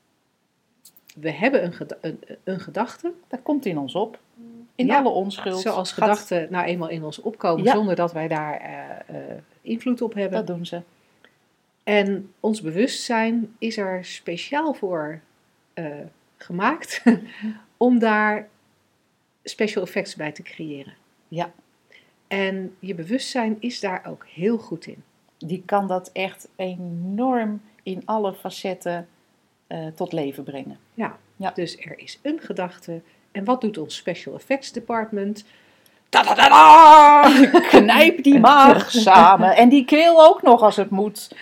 we hebben een, geda- een, een gedachte, Dat komt in ons op. In Ja, alle onschuld. zoals Gaat- gedachten nou eenmaal in ons opkomen Ja. zonder dat wij daar eh, eh, invloed op hebben. Dat doen ze. En ons bewustzijn is er speciaal voor eh, gemaakt om daar special effects bij te creëren. Ja. En je bewustzijn is daar ook heel goed in. Die kan dat echt enorm in alle facetten eh, tot leven brengen. Ja. Ja. Dus er is een gedachte. En wat doet ons special effects department? Ta-da-da-da! Knijp die maag samen. En die keel ook nog als het moet.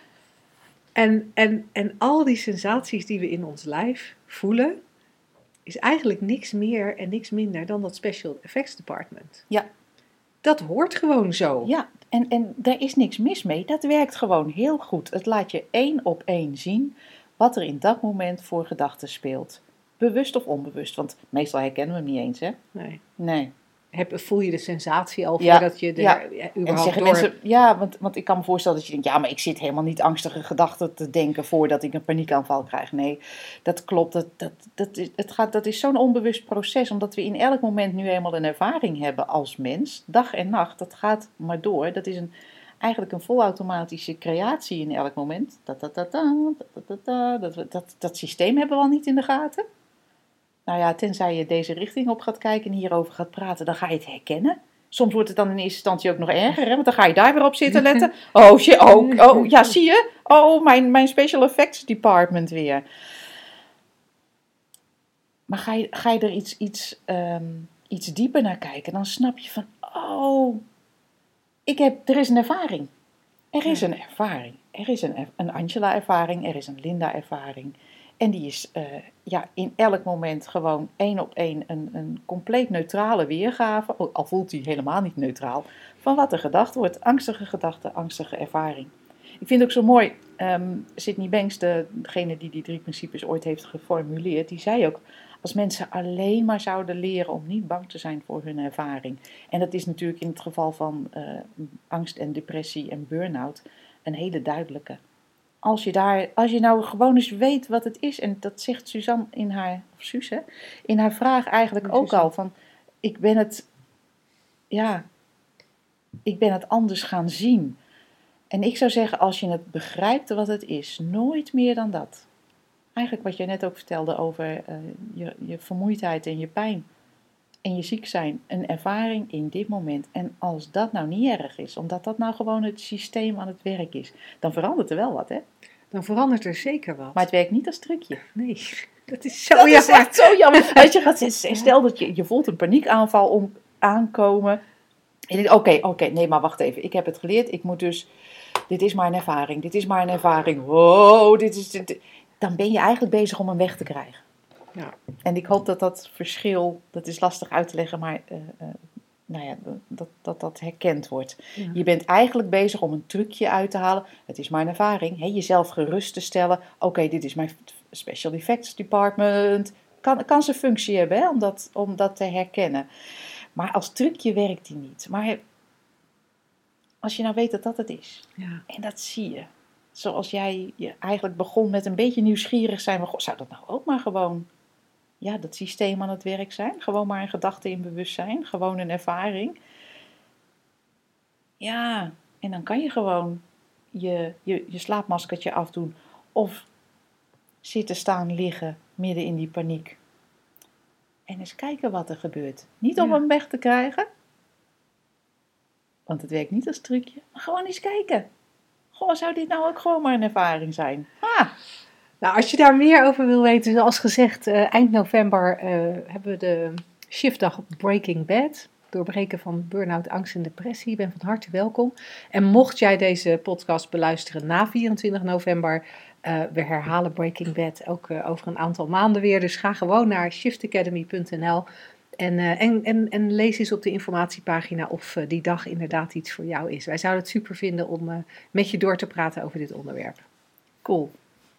En, en, en al die sensaties die we in ons lijf voelen, is eigenlijk niks meer en niks minder dan dat special effects department. Ja. Dat hoort gewoon zo. Ja, en, en daar is niks mis mee. Dat werkt gewoon heel goed. Het laat je één op één zien wat er in dat moment voor gedachten speelt. Bewust of onbewust, want meestal herkennen we hem niet eens, hè? Nee. Nee. Heb, voel je de sensatie al Ja, voordat je er ja. ja, En überhaupt zeggen door... mensen, ja, want, want ik kan me voorstellen dat je denkt, ja, maar ik zit helemaal niet angstige gedachten te denken voordat ik een paniekaanval krijg. Nee, dat klopt. Dat, dat, dat, is, het gaat, dat is zo'n onbewust proces, omdat we in elk moment nu eenmaal een ervaring hebben als mens, dag en nacht. Dat gaat maar door. Dat is een, eigenlijk een volautomatische creatie in elk moment. Dat, dat, dat, dat, dat, dat, dat, dat, dat, dat systeem hebben we al niet in de gaten. Nou ja, tenzij je deze richting op gaat kijken en hierover gaat praten, dan ga je het herkennen. Soms wordt het dan in eerste instantie ook nog erger, hè? Want dan ga je daar weer op zitten letten. Oh, shit, oh, oh, ja, zie je? Oh, mijn, mijn special effects department weer. Maar ga je, ga je er iets, iets, um, iets dieper naar kijken, dan snap je van, oh, ik heb, er is een ervaring. Er is Ja. een ervaring. Er is een, een Angela-ervaring, er is een Linda-ervaring. En die is uh, ja, in elk moment gewoon één op één een, een compleet neutrale weergave, al voelt die helemaal niet neutraal, van wat er gedacht wordt. Angstige gedachte, angstige ervaring. Ik vind het ook zo mooi, um, Sydney Banks, de, degene die die drie principes ooit heeft geformuleerd, die zei ook, als mensen alleen maar zouden leren om niet bang te zijn voor hun ervaring. En dat is natuurlijk in het geval van uh, angst en depressie en burn-out een hele duidelijke. Als je, daar, als je nou gewoon eens weet wat het is, en dat zegt Suzanne in haar, of Suus, hè, in haar vraag eigenlijk Ja, ook Suzanne. al, van ik ben het, ja, ik ben het anders gaan zien. En ik zou zeggen, als je het begrijpt wat het is, nooit meer dan dat. Eigenlijk wat jij net ook vertelde over uh, je, je vermoeidheid en je pijn en je ziek zijn, een ervaring in dit moment. En als dat nou niet erg is, omdat dat nou gewoon het systeem aan het werk is, dan verandert er wel wat, hè? Dan verandert er zeker wat. Maar het werkt niet als trucje. Nee, dat is zo Dat is jammer. echt zo jammer. Als je gaat, stel dat je, je voelt een paniekaanval om, aankomen. En je denkt, oké, okay, oké, okay, nee, maar wacht even. Ik heb het geleerd. Ik moet dus, dit is maar een ervaring. Dit is maar een ervaring. Wow, dit is... Dit. Dan ben je eigenlijk bezig om hem weg te krijgen. Ja. En ik hoop dat dat verschil, dat is lastig uit te leggen, maar uh, uh, nou ja, dat, dat dat herkend wordt. Ja. Je bent eigenlijk bezig om een trucje uit te halen. Het is maar een ervaring. Hè? Jezelf gerust te stellen. Oké, okay, dit is mijn special effects department. Kan, kan zijn functie hebben, hè? Om, dat, om dat te herkennen. Maar als trucje werkt die niet. Maar als je nou weet dat dat het is. Ja. En dat zie je. Zoals jij je eigenlijk begon met een beetje nieuwsgierig zijn. Maar goh, zou dat nou ook maar gewoon, ja, dat systeem aan het werk zijn? Gewoon maar een gedachte in bewustzijn. Gewoon een ervaring. Ja, en dan kan je gewoon je, je, je slaapmaskertje afdoen. Of zitten, staan, liggen midden in die paniek. En eens kijken wat er gebeurt. Niet om Ja. hem weg te krijgen. Want het werkt niet als trucje. Maar gewoon eens kijken. Goh, zou dit nou ook gewoon maar een ervaring zijn? Ah. Nou, als je daar meer over wil weten, zoals gezegd, uh, eind november uh, hebben we de shiftdag Breaking Bad. doorbreken van burn-out, angst en depressie. Je bent van harte welkom. En mocht jij deze podcast beluisteren na vierentwintig november, uh, we herhalen Breaking Bad ook uh, over een aantal maanden weer. Dus ga gewoon naar shift academy punt n l en, uh, en, en, en lees eens op de informatiepagina of uh, die dag inderdaad iets voor jou is. Wij zouden het super vinden om uh, met je door te praten over dit onderwerp. Cool.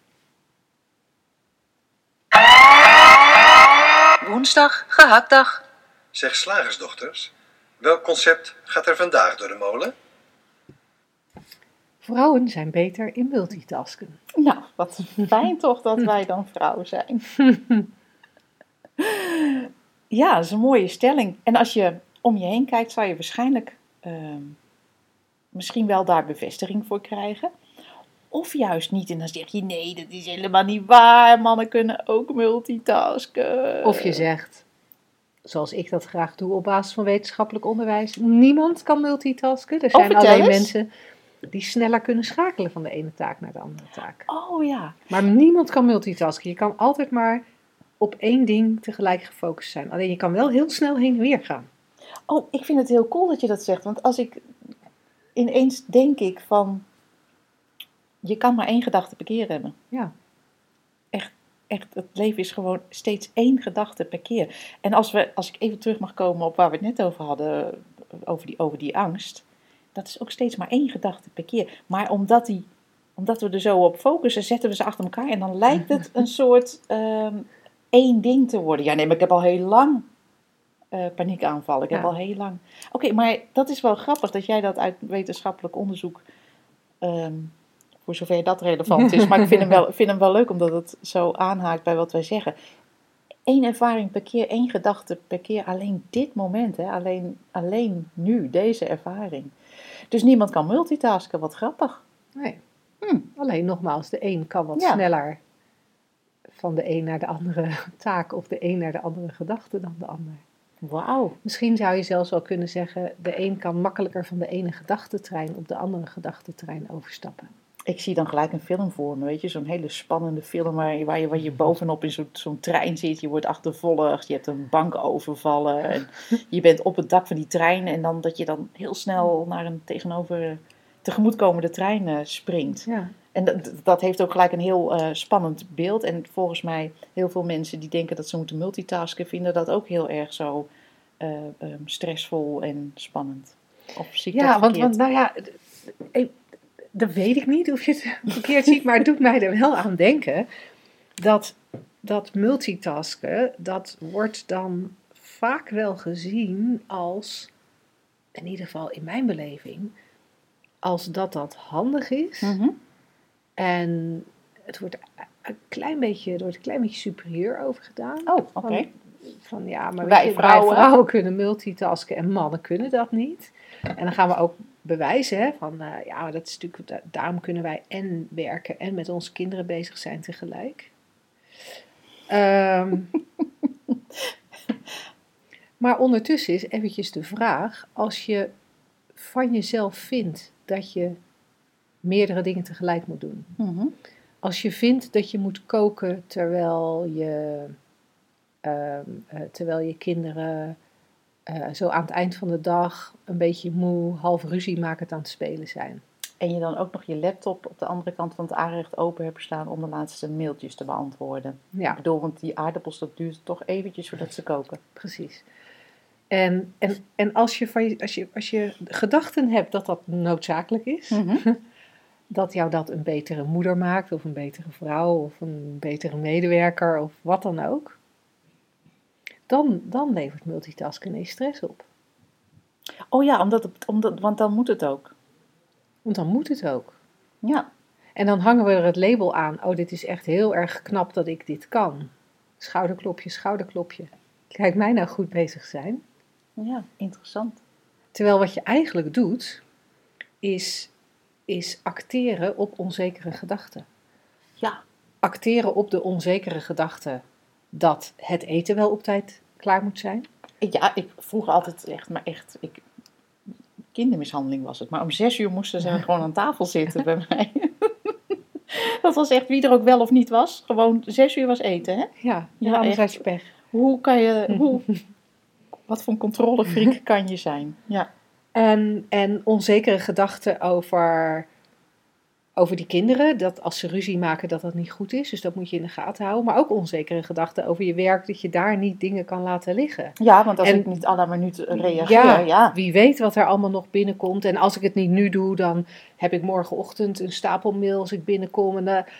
Woensdag, gehaktdag. Zeg slagersdochters, welk concept gaat er vandaag door de molen? Vrouwen zijn beter in multitasken. Nou, wat fijn toch dat wij dan vrouw zijn. Ja, dat is een mooie stelling. En als je om je heen kijkt, zou je waarschijnlijk uh, misschien wel daar bevestiging voor krijgen. Of juist niet. En dan zeg je, nee, dat is helemaal niet waar. Mannen kunnen ook multitasken. Of je zegt, zoals ik dat graag doe op basis van wetenschappelijk onderwijs, niemand kan multitasken. Er zijn oh, alleen eens. mensen die sneller kunnen schakelen van de ene taak naar de andere taak. Oh ja. Maar niemand kan multitasken. Je kan altijd maar op één ding tegelijk gefocust zijn. Alleen je kan wel heel snel heen en weer gaan. Oh, ik vind het heel cool dat je dat zegt. Want als ik ineens denk ik van, je kan maar één gedachte per keer hebben. Ja. Echt, echt, het leven is gewoon steeds één gedachte per keer. En als, we, als ik even terug mag komen op waar we het net over hadden, over die, over die angst. Dat is ook steeds maar één gedachte per keer. Maar omdat, die, omdat we er zo op focussen, zetten we ze achter elkaar. En dan lijkt het een soort um, één ding te worden. Ja, nee, maar ik heb al heel lang uh, paniekaanvallen. Ik Ja. heb al heel lang... Oké, okay, maar dat is wel grappig dat jij dat uit wetenschappelijk onderzoek... Um, voor zover dat relevant is. Maar ik vind hem, wel, vind hem wel leuk, omdat het zo aanhaakt bij wat wij zeggen. Eén ervaring per keer, één gedachte per keer. Alleen dit moment, hè? Alleen, alleen nu, deze ervaring. Dus niemand kan multitasken, wat grappig. Nee. Hm. Alleen nogmaals, de een kan wat Ja. sneller van de een naar de andere taak of de een naar de andere gedachte dan de ander. Wauw. Misschien zou je zelfs wel kunnen zeggen, de een kan makkelijker van de ene gedachtentrein op de andere gedachtentrein overstappen. Ik zie dan gelijk een film voor me, weet je, zo'n hele spannende film waar je, waar je, waar je bovenop in zo, zo'n trein zit, je wordt achtervolgd, je hebt een bank overvallen en je bent op het dak van die trein en dan dat je dan heel snel naar een tegenover tegemoetkomende trein uh, springt. Ja. En dat, dat heeft ook gelijk een heel uh, spannend beeld en volgens mij heel veel mensen die denken dat ze moeten multitasken vinden dat ook heel erg zo uh, um, stressvol en spannend. Of zie ik Ja, dat want, verkeerd? want nou ja, dat weet ik niet of je het verkeerd ziet, maar het doet mij er wel aan denken dat, dat multitasken, dat wordt dan vaak wel gezien als, in ieder geval in mijn beleving, als dat dat handig is. Mm-hmm. En het wordt een klein beetje, er wordt een klein beetje superieur over gedaan. Oh, oké. Okay. Van, van ja, maar wij, weet je, vrouwen. wij vrouwen kunnen multitasken en mannen kunnen dat niet. En dan gaan we ook bewijzen, hè, van uh, ja, maar dat is natuurlijk, daarom kunnen wij en werken en met onze kinderen bezig zijn tegelijk. Um, maar ondertussen is eventjes de vraag, als je van jezelf vindt dat je meerdere dingen tegelijk moet doen. Mm-hmm. Als je vindt dat je moet koken terwijl je, uh, uh, terwijl je kinderen uh, zo aan het eind van de dag een beetje moe, half ruzie makend aan het spelen zijn. En je dan ook nog je laptop op de andere kant van het aanrecht open hebt staan om de laatste mailtjes te beantwoorden. Ja. Ik bedoel, want die aardappels, dat duurt toch eventjes voordat ze koken. Precies. En, en, en als, je van je, als, je, als je gedachten hebt dat dat noodzakelijk is, Mm-hmm. dat jou dat een betere moeder maakt, of een betere vrouw, of een betere medewerker, of wat dan ook, dan, dan levert multitasken ineens stress op. Oh ja, omdat het, omdat, want dan moet het ook. Want dan moet het ook. Ja. En dan hangen we er het label aan, oh, dit is echt heel erg knap dat ik dit kan. Schouderklopje, schouderklopje. Kijk mij nou goed bezig zijn. Ja, interessant. Terwijl wat je eigenlijk doet, is, is acteren op onzekere gedachten. Ja. Acteren op de onzekere gedachte dat het eten wel op tijd klaar moet zijn. Ja, ik vroeg altijd echt, maar echt, ik, kindermishandeling was het. Maar om zes uur moesten ze gewoon aan tafel zitten bij mij. Dat was echt wie er ook wel of niet was. Gewoon zes uur was eten, hè? Ja, Ja, anders echt. had je pech. Hoe kan je, hoe, Wat voor een controlefreak kan je zijn? Ja. En, en onzekere gedachten over, over die kinderen. Dat als ze ruzie maken dat dat niet goed is. Dus dat moet je in de gaten houden. Maar ook onzekere gedachten over je werk. Dat je daar niet dingen kan laten liggen. Ja, want als En- ik niet à la minuut reageer, Ja, ja. wie weet wat er allemaal nog binnenkomt. En als ik het niet nu doe, dan heb ik morgenochtend een stapel mail als ik binnenkom. En, uh,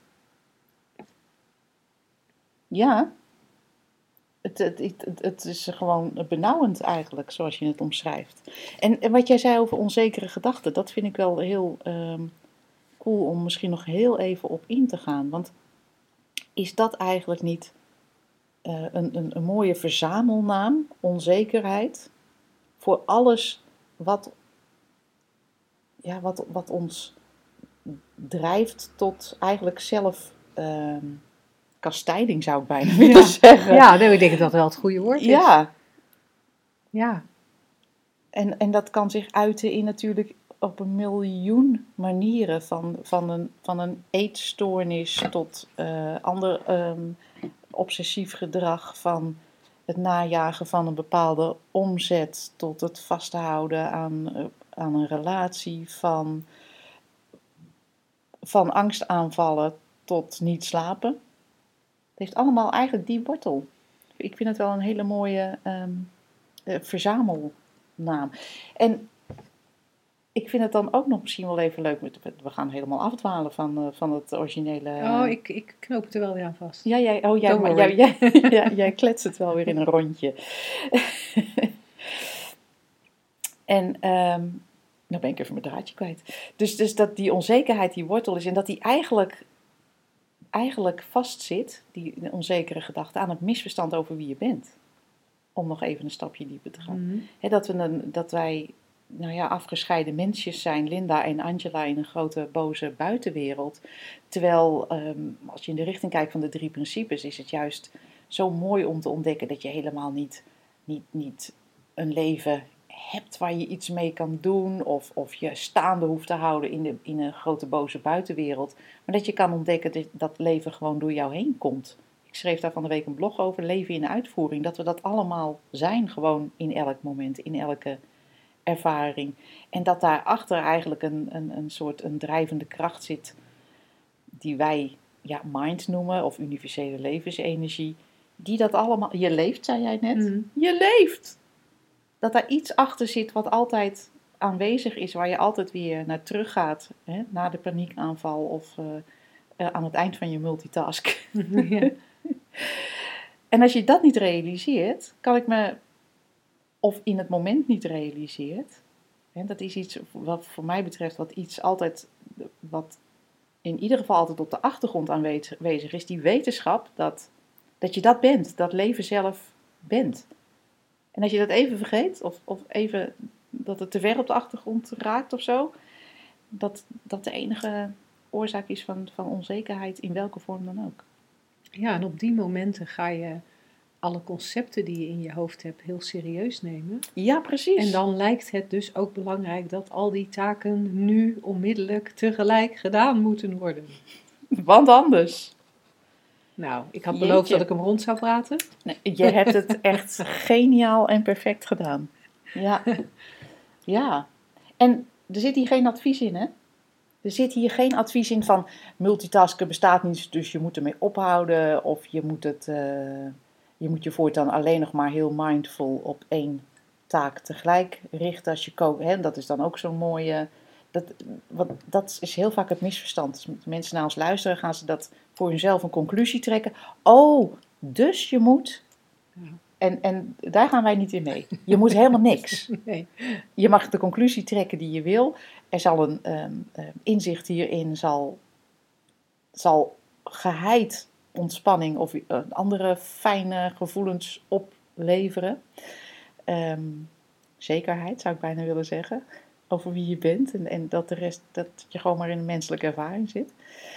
Ja. Het, het, het, het is gewoon benauwend eigenlijk, zoals je het omschrijft. En, en wat jij zei over onzekere gedachten, dat vind ik wel heel ehm, cool om misschien nog heel even op in te gaan. Want is dat eigenlijk niet uh, een, een, een mooie verzamelnaam, onzekerheid, voor alles wat, ja, wat, wat ons drijft tot eigenlijk zelf ehm, kastijding, zou ik bijna willen zeggen. ja, nee, ik denk dat dat wel het goede woord is. Ja, Ja. en, en dat kan zich uiten in natuurlijk op een miljoen manieren. Van, van, een, van een eetstoornis tot uh, ander um, obsessief gedrag. Van het najagen van een bepaalde omzet tot het vasthouden aan, uh, aan een relatie. Van, van angstaanvallen tot niet slapen. Het heeft allemaal eigenlijk die wortel. Ik vind het wel een hele mooie um, uh, verzamelnaam. En ik vind het dan ook nog misschien wel even leuk. Met, we gaan helemaal afdwalen van, uh, van het originele. Oh, ik, ik knoop het er wel weer aan vast. Ja, jij, oh, jij, Don't maar, worry. jij, jij, jij, jij kletst het wel weer in een rondje. En um, nou ben ik even mijn draadje kwijt. Dus, dus dat die onzekerheid die wortel is en dat die eigenlijk, eigenlijk vastzit, die onzekere gedachte, aan het misverstand over wie je bent. Om nog even een stapje dieper te gaan. Mm-hmm. He, dat, we een, dat wij nou ja, afgescheiden mensjes zijn, Linda en Angela, in een grote boze buitenwereld. Terwijl, um, als je in de richting kijkt van de drie principes, is het juist zo mooi om te ontdekken dat je helemaal niet, niet, niet een leven hebt waar je iets mee kan doen, of, of je staande hoeft te houden in, de, in een grote boze buitenwereld. Maar dat je kan ontdekken dat dat leven gewoon door jou heen komt. Ik schreef daar van de week een blog over, leven in uitvoering. Dat we dat allemaal zijn, gewoon in elk moment, in elke ervaring. En dat daarachter eigenlijk een, een, een soort een drijvende kracht zit, die wij ja, mind noemen, of universele levensenergie. Die dat allemaal, je leeft, zei jij net. Mm. Je leeft! Dat daar iets achter zit wat altijd aanwezig is, waar je altijd weer naar terug gaat, hè, na de paniekaanval of uh, uh, aan het eind van je multitask. Ja. En als je dat niet realiseert, kan ik me, of in het moment niet realiseert, hè, dat is iets wat voor mij betreft, wat iets altijd, wat in ieder geval altijd op de achtergrond aanwezig is, die wetenschap dat, dat je dat bent, dat leven zelf bent. En als je dat even vergeet, of, of even dat het te ver op de achtergrond raakt of zo, dat dat de enige oorzaak is van, van onzekerheid in welke vorm dan ook. Ja, en op die momenten ga je alle concepten die je in je hoofd hebt heel serieus nemen. Ja, precies. En dan lijkt het dus ook belangrijk dat al die taken nu onmiddellijk tegelijk gedaan moeten worden. Want anders. Nou, ik had Jeetje. beloofd dat ik hem rond zou praten. Nee, je hebt het echt geniaal en perfect gedaan. Ja. Ja. En er zit hier geen advies in, hè? Er zit hier geen advies in van multitasken bestaat niet, dus je moet ermee ophouden. Of je moet, het, uh, je moet je voortaan alleen nog maar heel mindful op één taak tegelijk richten als je kookt. Hè? Dat is dan ook zo'n mooie... Dat, wat, dat is heel vaak het misverstand. Als mensen naar ons luisteren, gaan ze dat voor hunzelf een conclusie trekken. Oh, dus je moet... Ja. En, en daar gaan wij niet in mee. Je moet helemaal niks. Nee. Je mag de conclusie trekken die je wil. Er zal een um, um, inzicht hierin, zal, zal geheid ontspanning of uh, andere fijne gevoelens opleveren. Um, zekerheid zou ik bijna willen zeggen. Over wie je bent. En, en dat de rest, dat je gewoon maar in een menselijke ervaring zit.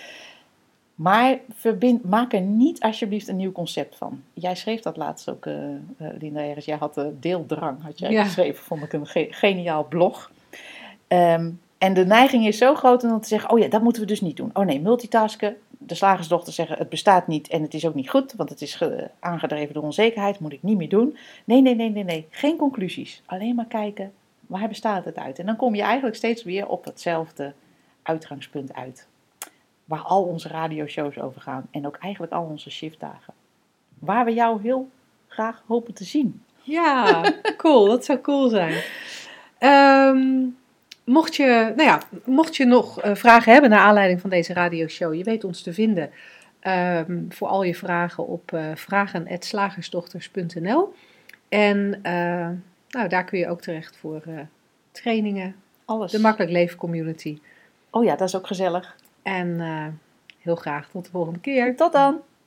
Maar verbind, maak er niet alsjeblieft een nieuw concept van. Jij schreef dat laatst ook, uh, uh, Linda ergens. Jij had uh, deeldrang, had jij ja. geschreven. Vond ik een ge- geniaal blog. Um, en de neiging is zo groot om te zeggen, oh ja, dat moeten we dus niet doen. Oh nee, multitasken, de slagersdochters zeggen het bestaat niet en het is ook niet goed, want het is ge- aangedreven door onzekerheid, moet ik niet meer doen. Nee, nee, nee, nee, nee. Geen conclusies. Alleen maar kijken, waar bestaat het uit? En dan kom je eigenlijk steeds weer op hetzelfde uitgangspunt uit. Waar al onze radioshows over gaan en ook eigenlijk al onze shiftdagen. Waar we jou heel graag hopen te zien. Ja, cool. Dat zou cool zijn. Ehm, mocht, je, nou ja, mocht je nog uh, vragen hebben naar aanleiding van deze radioshow, je weet ons te vinden um, voor al je vragen op uh, vragen at slagersdochters punt n l. En uh, nou, daar kun je ook terecht voor uh, trainingen, Alles. de Makkelijk Leven Community. Oh ja, dat is ook gezellig. En uh, heel graag tot de volgende keer. Tot dan!